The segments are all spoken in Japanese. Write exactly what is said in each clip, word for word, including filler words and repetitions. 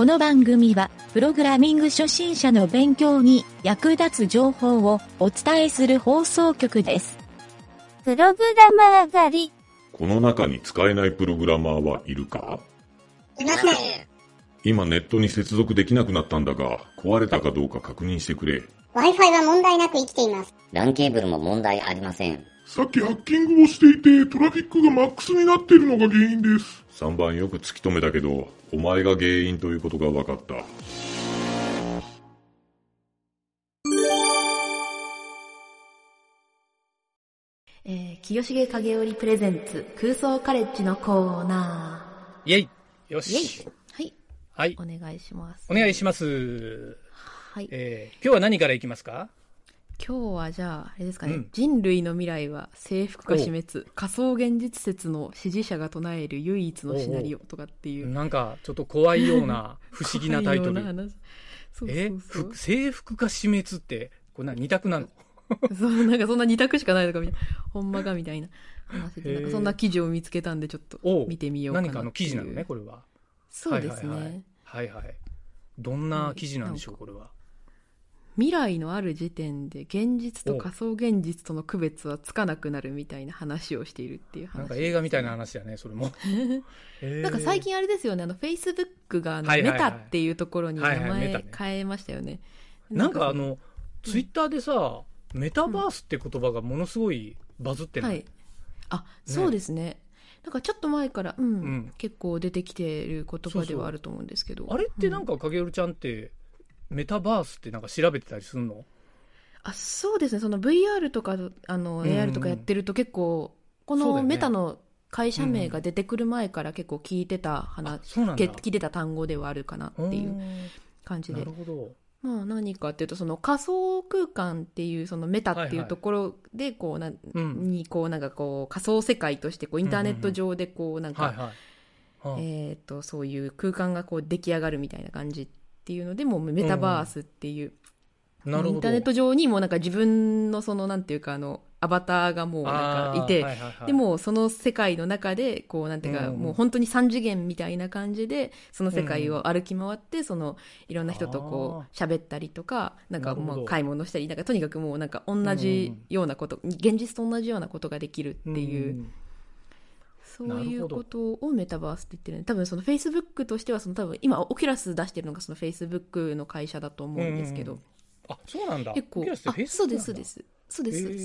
の番組はプログラミング初心者の勉強に役立つ情報をお伝えする放送局です。 プログラマー狩り。 この中に使えないプログラマーはいるか？ いません。 今ネットに接続できなくなったんだが、壊れたかどうか確認してくれ。 Wi-Fi は問題なく生きています。 ランケーブルも問題ありません。 さっきハッキングをしていてトラフィックがマックスになっているのが原因です。 さんばんよく突き止めたけど、お前が原因ということが分かった。 えー、清重影織プレゼンツ空想カレッジのコーナー。イェイ。よし。 イェイ。はい。 はい。 お願いします。 お願いします。 はい。 えー、今日は何からいきますか？ 今日はじゃあ、あれですかね、うん、人類の未来は征服か死滅、仮想現実説の支持者が唱える唯一のシナリオとかっていう。 なんか、ちょっと怖いような不思議なタイトル。 そうそうそう。 え征服か死滅って、これな、二択なの？ そう、なんかそんな二択しかないのかみたいな。ほんまかみたいな話で、なんかそんな記事を見つけたんで、ちょっと見てみようかなっていう。 何かの記事なのね、これは。 そうですね。 はいはい、はいはい。どんな記事なんでしょう、これは。 未来のある時点で現実と仮想現実との区別はつかなくなるみたいな話をしているっていう話、ね、 なんか映画みたいな話だね、それも。 なんか最近あれですよね、あの Facebook があのメタっていうところに名前変えましたよね。 なんかあのツイッターでさ、うん、メタバースって言葉がものすごいバズってない？はい、 あ、そうですね。ね、なんかちょっと前から、うんうん、結構出てきている言葉ではあると思うんですけど。 そうそう、あれってなんか影織ちゃんってメタバースってなんか調べてたりするの？ あ、そうですね。その ブイアール とかあの エーアール とかやってると結構このメタの会社名が出てくる前から結構聞いてた話、聞いてた単語ではあるかなっていう感じで。 なるほど。 まあ何かっていうとその仮想空間っていうそのメタっていうところでこうなにこうなんかこう仮想世界としてこうインターネット上でこうなんかえっとそういう空間がこう出来上がるみたいな感じっていうのでもうメタバースっていう、うん、なるほど、インターネット上にもなんか自分のそのなんていうかあのアバターがもうなんかいて、はいはいはい、でもその世界の中でこうなんていうか、うん、もう本当に三次元みたいな感じでその世界を歩き回って、うん、そのいろんな人とこう喋ったりとかなんかもう買い物したりなんかとにかくもうなんか同じようなこと、うん、現実と同じようなことができるっていう、うん、そういうことをメタバースって言ってるんで、多分そのフェイスブックとしてはその多分今オキュラス出してるのがそのフェイスブックの会社だと思うんですけど、うん、 あ、そうなんだ。 結構、あ、そうですそうですそうですそうです。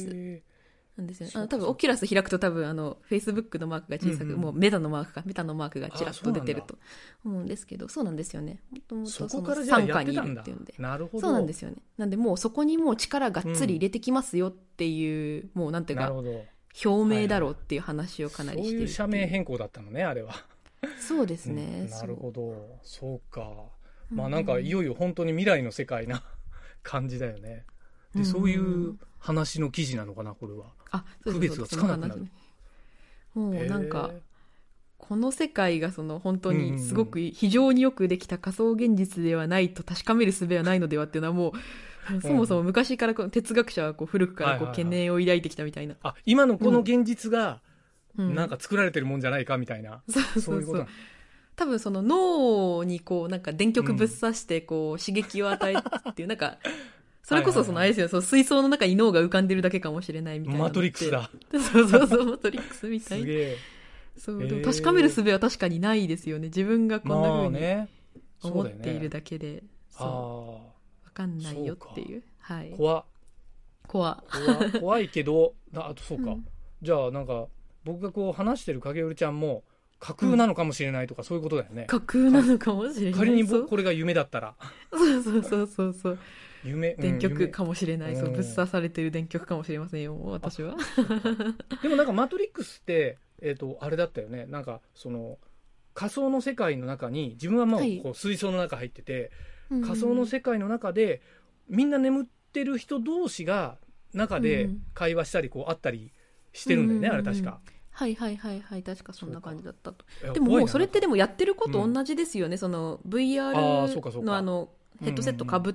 なんですよね。あの多分オキュラス開くと多分あのフェイスブックのマークが小さく、うんうん、もうメタのマークかメタのマークがちらっと出てると思うんですけど、そうなんですよね。もともとその傘下にいるっていうんで、 なるほど。 そうなんですよね。なんでもうそこにもう力がっつり入れてきますよっていう、うん、もうなんていうか。なるほど。表明だろうっていう話をかなりしてる、はいはい、 そういう社名変更だったのね、あれは。 そうですね、 うん、なるほど、そうか。まあなんかいよいよ本当に未来の世界な感じだよね。で、うん、そういう話の記事なのかな、これは。 あ、 そうそうそう、区別がつかなくなる。 もうなんかこの世界がその本当にすごく非常によくできた仮想現実ではないと確かめる術はないのではっていうのはもうそもそも昔からこの哲学者はこう古くからこう懸念を抱いてきたみたいな、 はいはいはい、あ、今のこの現実がなんか作られてるもんじゃないかみたいな、 うん、そうそうそう、多分その脳にこうなんか電極ぶっ刺してこう刺激を与えっていう、なんかそれこそそのあれですよ、その水槽の中に脳が浮かんでるだけかもしれないみたいな、 マトリックスだ。 そうそうそう、マトリックスみたいな。 すげえ。 そう、でも確かめる術は確かにないですよね。自分がこんな風に思っているだけで、まあね、そう分かんないよっていう。はい、 怖怖怖怖いけど、あとそうか、うん、じゃあなんか僕がこう話してる影織ちゃんも架空なのかもしれないとか、うん、そういうことだよね。 架空なのかもしれない。 仮に僕これが夢だったら、 そうそうそうそうそう。 夢、 電極かもしれない、うん、そうぶっ刺されてる電極かもしれませんよ、私は。 でもなんかマトリックスって、えーと、あれだったよね。なんかその仮想の世界の中に自分はもうこう水槽の中入ってて、はい、仮想の世界の中でみんな眠ってる人同士が中で会話したりこう会ったりしてるんだよね、うん、あれ確か。 はいはいはいはい、確かそんな感じだったと。でももうそれってでもやってること同じですよね、うん、その ブイアール のあのヘッドセットかぶって、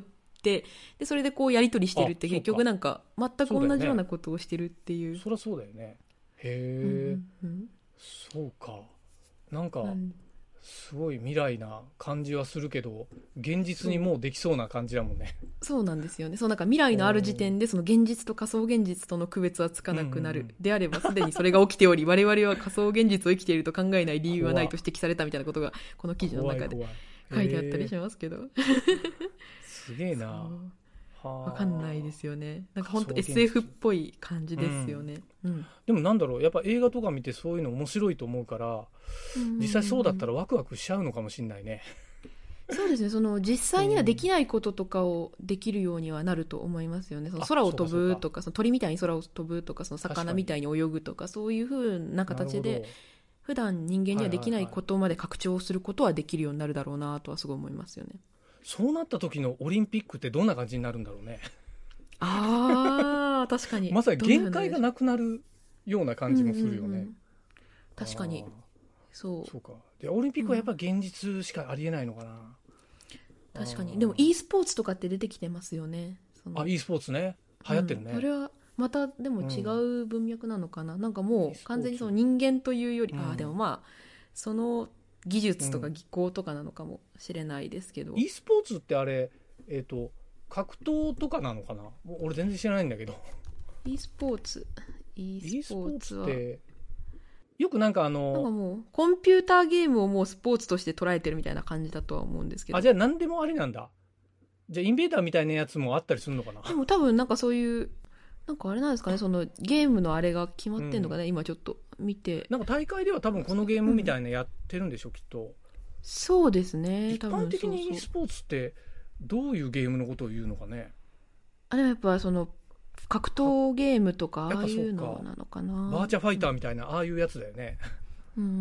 でそれでこうやり取りしてるって結局なんか全く同じようなことをしてるっていう。 そりゃそうだよね。へえ、うんうん、そうか。なんか、うん、 すごい未来な感じはするけど、現実にもうできそうな感じだもんね。 そうなんですよね。そうなんか未来のある時点でその現実と仮想現実との区別はつかなくなる、うんうん、であればすでにそれが起きており我々は仮想現実を生きていると考えない理由はないと指摘されたみたいなことがこの記事の中で書いてあったりしますけど、 すげえな。 わかんないですよね。なんか本当 エスエフ っぽい感じですよね、うんうん、 でもなんだろう、やっぱ映画とか見てそういうの面白いと思うから、うんうんうん、実際そうだったらワクワクしちゃうのかもしれないね。 そうですね、その実際にはできないこととかをできるようにはなると思いますよね。その空を飛ぶとか、その鳥みたいに空を飛ぶとか、その魚みたいに泳ぐとか、そういう風な形で普段人間にはできないことまで拡張することはできるようになるだろうなとはすごい思いますよね。 そうなった時のオリンピックってどんな感じになるんだろうね。 ああ、確かに。 まさに限界がなくなるような感じもするよね。うんうんうん、 確かに。そう。 そうか。で、オリンピックはやっぱ現実しかありえないのかな。 うん、確かに。でも e スポーツとかって出てきてますよね。 そのあ、e スポーツね。流行ってるね。 うん、それはまたでも違う文脈なのかな。うん、なんかもう完全にその人間というより、うん、ああ、でもまあ、その、技術とか技巧とかなのかもしれないですけど、うん、 e スポーツってあれ、えーと、格闘とかなのかな。俺全然知らないんだけど。 e スポーツ e スポーツはってよくなんかあのなんかもうコンピューターゲームをもうスポーツとして捉えてるみたいな感じだとは思うんですけど。 あ、じゃあ何でもありなんだ。じゃあインベーダーみたいなやつもあったりするのかな。 でも多分なんかそういうなんかあれなんですかね、そのゲームのあれが決まってんのかね、うん、今ちょっと見て。 なんか大会では多分このゲームみたいなやってるんでしょ、うん、きっと。 そうですね。 一般的に e スポーツってどういうゲームのことを言うのかね。 あ、でもやっぱその格闘ゲームとかああいうのなのかな。 バーチャファイターみたいな、うん、ああいうやつだよね。 うんうんうん。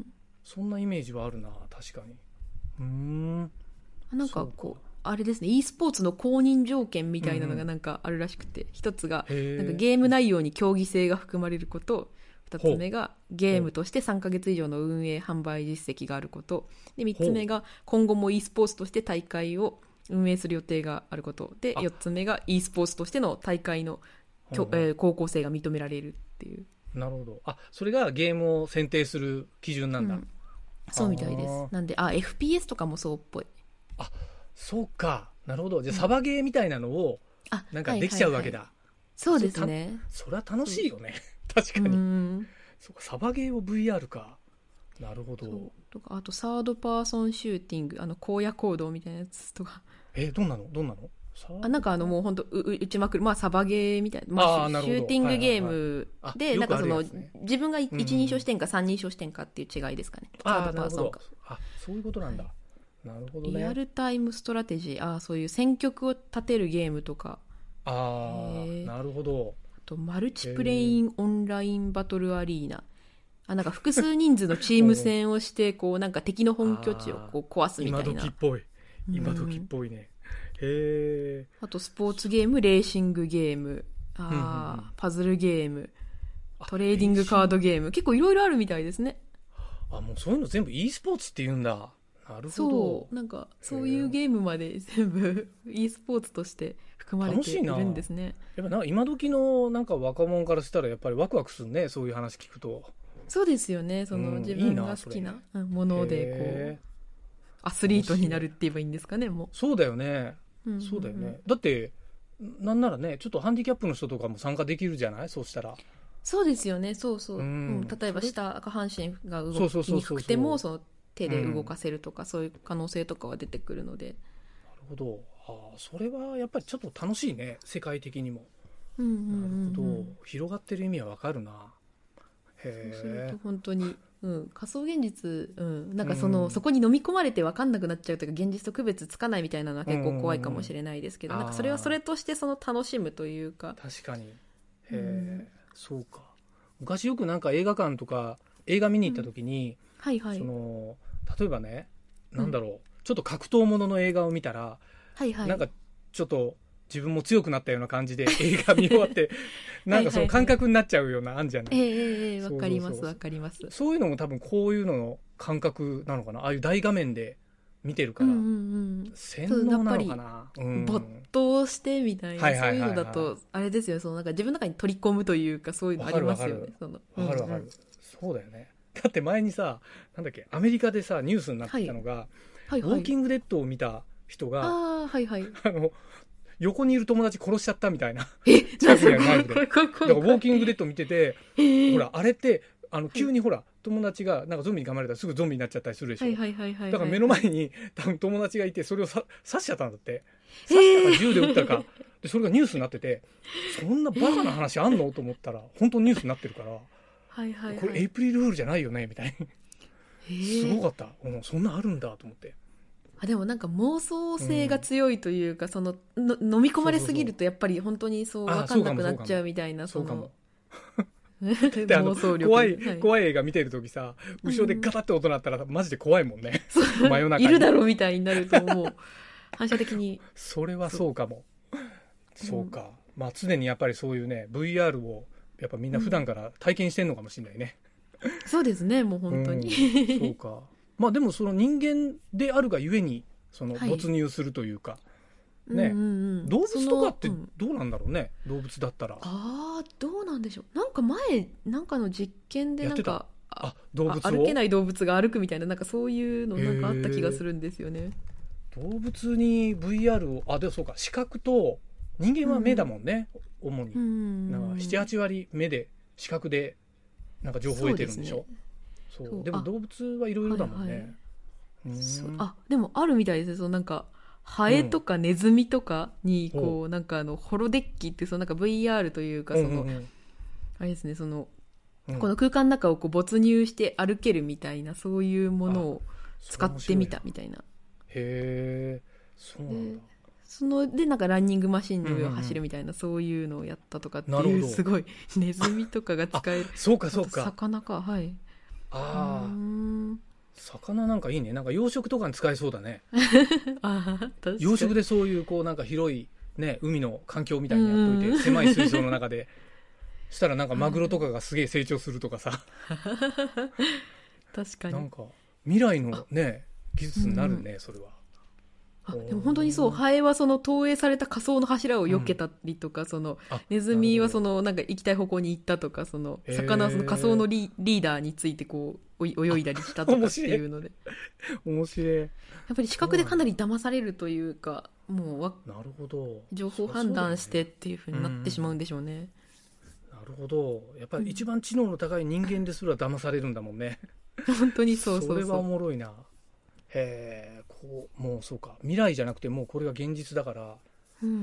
そんなイメージはあるな、確かに。うーん。 なんかこう。あれですね、e スポーツの公認条件みたいなのがなんかあるらしくて、うん、一つがなんかゲーム内容に競技性が含まれること、二つ目がゲームとしてさんかげつ以上の運営販売実績があること、で三つ目が今後も e スポーツとして大会を運営する予定があることで、四つ目が e スポーツとしての大会の、えー、高校生が認められるっていう。 なるほど。あ、それがゲームを選定する基準なんだ。うん、 そうみたいです。なんで、あ、エフピーエス とかもそうっぽい。 あ、そうか。なるほど。じゃあサバゲーみたいなのをなんかできちゃうわけだ。 はいはいはい、そうですね。 それは楽しいよね。確かに。うん、そうか、サバゲーを ブイアール か。なるほど。 とか、あとサードパーソンシューティング、あの荒野行動みたいなやつとか。 え、どんなのどんなの？ あ、なんかあのもう本当打ちまくる、まあサバゲーみたいな、まあ、シューティングゲームで、はいはいはい、なんかその、ね、自分が一人称視点か三人称視点かっていう違いですかね。 サードパーソンか。あ、そういうことなんだ。はい、なるほどね。 リアルタイムストラテジー、あ、そういう戦局を立てるゲームとか。 ああ、なるほど。 あとマルチプレインオンラインバトルアリーナ。あ、なんか複数人数のチーム戦をしてこうなんか敵の本拠地をこう壊すみたいな。 今時っぽい。今時っぽいね。へえ。 あとスポーツゲーム、レーシングゲーム、あ、うんうん、パズルゲーム、トレーディングカードゲーム、結構いろいろあるみたいですね。 あ、もうそういうの全部 e スポーツって言うんだ。なるほど。 そう、なんかそういうゲームまで全部 e スポーツとして含まれているんですね。 やっぱなんか今時のなんか若者からしたらやっぱりワクワクするね、そういう話聞くと。 そうですよね。その、うん、自分が好きなものでこうアスリートになるって言えばいいんですかね、もう。 そうだよね。うんうんうん、そうだよね。だってなんならね、ちょっとハンディキャップの人とかも参加できるじゃない？そうしたら。 そうですよね。そうそう。うん、例えば下下半身が動きにくくてもその手で動かせるとか、うん、そういう可能性とかは出てくるので。なるほど。あ、それはやっぱりちょっと楽しいね、世界的にも。 うんうんうんうん、 なるほど。広がってる意味はわかるな。へえ。 そうすると本当に。うん、仮想現実、うん、なんかその、うん、そこに飲み込まれて分かんなくなっちゃうというか現実と区別つかないみたいなのは結構怖いかもしれないですけど、うん、なんかそれはそれとしてその楽しむというか。 確かに。へえ、うん、そうか。昔よくなんか映画館とか映画見に行った時に、 うん、はいはい、 その例えばね、なんだろう、うん、ちょっと格闘ものの映画を見たら、 はいはい、 なんかちょっと自分も強くなったような感じで映画見終わってなんかその感覚になっちゃうようなあんじゃない。 ええええ、わかりますわかります。 そういうのも多分こういうのの感覚なのかな。ああいう大画面で見てるから、うんうんうん、洗脳なのかな。 うん、没頭してみたいな、はいはいはいはい、そういうのだとあれですよ、そのなんか自分の中に取り込むというかそういうのありますよね。 わかるわかる、うんうん、そうだよね。 だって前にさ、なんだっけ、アメリカでさ、ニュースになってたのが、はいはいはい、ウォーキングデッドを見た人が、 あ、はいはい、 あの、横にいる友達殺しちゃったみたいな。 え、 近くにあるナイフで。だからウォーキングデッド見てて、ほら、あれって、あの、急にほら、友達が、なんかゾンビに噛まれたらすぐゾンビになっちゃったりするでしょ。 はいはいはいはい。 だから目の前に多分友達がいて、それをさ刺しちゃったんだって。刺したか銃で撃ったか。で、それがニュースになってて、そんなバカな話あんのと思ったら、本当にニュースになってるから、 はいはいはい、 これエイプリルフールじゃないよねみたいに。すごかった。うん、そんなあるんだと思って。 あ、でもなんか妄想性が強いというか、うん、そのの飲み込まれすぎるとやっぱり本当にそう分かんなくなっちゃうみたいな、 そうかも。 妄想力。 怖い、はい、怖い映画見てるときさ、後ろでガタって音鳴ったらマジで怖いもんね。 真夜中に。いるだろみたいになるともう、反射的に。 それはそうかも。そうか。まあ常にやっぱりそういうね、ブイアール をやっぱみんな普段から体験してんのかもしれないね。 うん、そうですね、もう本当に。 うん、そうか。まあでもその人間であるがゆえに、その没入するというか、はい、ね、うんうんうん、動物とかってどうなんだろうね、うん、動物だったら。 ああ、どうなんでしょう。なんか前、なんかの実験でなんか、 あ、動物を歩けない動物が歩くみたいな、なんかそういうのなんかあった気がするんですよね。 動物に ブイアール を、あ、でもそうか、視覚と、人間は目だもんね、うん、主に。うん、なんかなな、はちわり目で、視覚で、なんか情報を得てるんでしょ。そう、でも動物はいろいろだもんね。はいはい、 うんあ、でもあるみたいですね。そのなんかハエとかネズミとかにこう、うん、なんかあのホロデッキってそのなんか ブイアール というかその、うんうんうん、あれですね、その、うん、この空間の中をこう没入して歩けるみたいな、そういうものを使ってみたみたいな。 へえ、そうなんだ。 そのでなんかランニングマシンの上を走るみたいな、うんうん、そういうのをやったとかっていう、すごいネズミとかが使える。 そうかそうか。 魚か、はい。 ああ、魚なんかいいね。なんか養殖とかに使えそうだね。 あ、確かに。 養殖でそういうこうなんか広いね、海の環境みたいにやっといて、狭い水槽の中でしたらなんかマグロとかがすげえ成長するとかさ。 確かに。 なんか未来のね技術になるね、それは。 あ、でも本当にそう、ハエはその投影された仮想の柱を避けたりとか、うん、そのネズミはそのなんか行きたい方向に行ったとか、その魚はその仮想の リ, リーダーについてこう泳いだりしたとかっていうので、 面白い。やっぱり視覚でかなり騙されるというか、もうわなるほど、 情報判断してっていう風になってしまうんでしょうね。 うん、なるほど。やっぱり一番知能の高い人間ですら騙されるんだもんね。 本当にそうそうそう。 それはおもろいな。へえ、こう、もうそうか、未来じゃなくてもうこれが現実だから、 うんうん、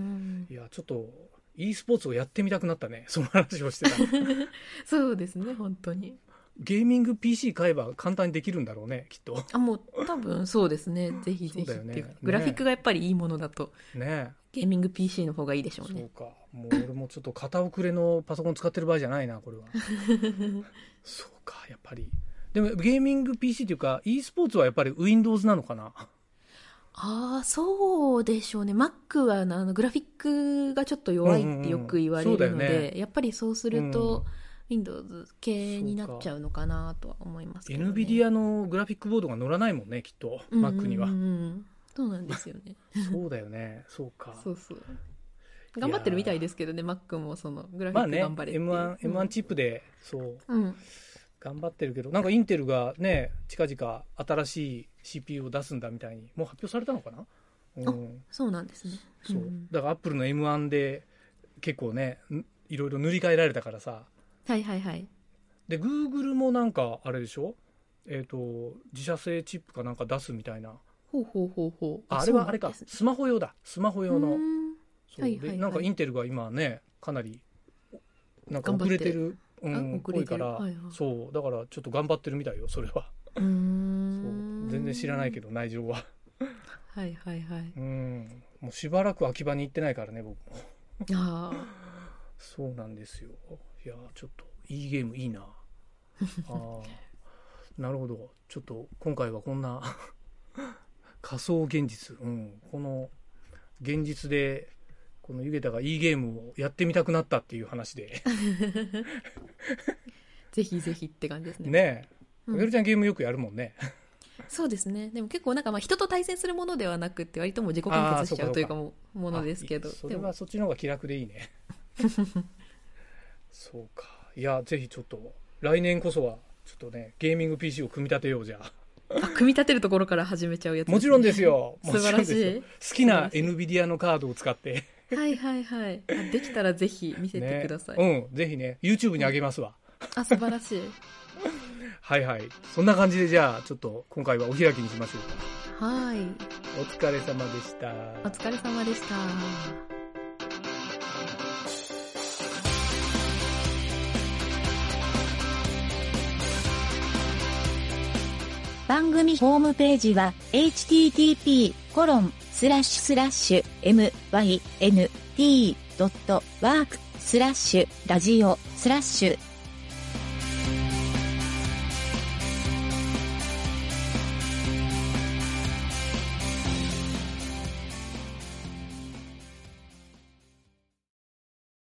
いやちょっと e スポーツをやってみたくなったね、その話をしてたそうですね、本当に。 ゲーミング ピーシー 買えば簡単にできるんだろうね、きっと。 あ、もう多分そうですね、ぜひぜひっていう、ね、グラフィックがやっぱりいいものだと、 ね、 ゲーミング ピーシー の方がいいでしょうね。 そうか、もう俺もちょっと片遅れのパソコン使ってる場合じゃないな、これは。そうか、やっぱり。でもゲーミング ピーシー というか e スポーツはやっぱり Windows なのかな。 ああ、そうでしょうね。Mac はあのグラフィックがちょっと弱いってよく言われるので、うんうんうんね、やっぱりそうすると、うん、Windows 系になっちゃうのかなとは思いますけどね。 NVIDIA のグラフィックボードが乗らないもんね、きっと、うんうんうん、Mac には。 そうなんですよね。 そうだよね、そうか。 そうそう。頑張ってるみたいですけどね、Mac もそのグラフィック頑張れって、 まあね、エムワン、エムワン チップで、そう。 うん頑張ってるけど、なんかインテルがね、近々新しい シーピーユー を出すんだみたいに、もう発表されたのかな。 うん、あ、そうなんですね。 そう、うん、だからアップルの エムワン で結構ね、いろいろ塗り替えられたからさ。 はいはいはい。 で、Google もなんかあれでしょ、えっと、自社製チップかなんか出すみたいな。 ほうほうほうほう。 あ、あれはあれか、スマホ用だ。スマホ用の。そう、 はいはいはい、 で、なんかインテルが今ね、かなり、なんか遅れてる。うん、多いから、はいはい、そうだからちょっと頑張ってるみたいよ、それは。 うーん、 そう全然知らないけど内情は。 はいはいはい。 うん、もうしばらく秋葉に行ってないからね、僕も。 ああ、 そうなんですよ。いやちょっといいゲームいいな。あ、なるほど。ちょっと今回はこんな仮想現実、うん、この現実でこのゆげたがいいゲームをやってみたくなったっていう話でぜひぜひって感じですね。 ねえ、かけるちゃんゲームよくやるもんね。 そうですね。でも結構なんかまあ人と対戦するものではなくて割とも自己完結しちゃうというかもものですけど、 それはそっちの方が気楽でいいね。そうか。いやぜひちょっと来年こそはちょっとね、ゲーミング ピーシー を組み立てようじゃあ。 あ、組み立てるところから始めちゃうやつ、ね、 もちろんですよ。 素晴らしい。 好きな エヌビディア のカードを使って。 はいはいはい。できたらぜひ見せてください。 ね、うん、ぜひね、YouTube に上げますわ。 あ、素晴らしい。 はいはい。そんな感じでじゃあ、ちょっと今回はお開きにしましょうか。はい。 お疲れ様でした。 お疲れ様でした。 番組ホームページは エイチティーティーピーコロンスラッシュスラッシュエムワイエヌティードットワークスラッシュラジオスラッシュ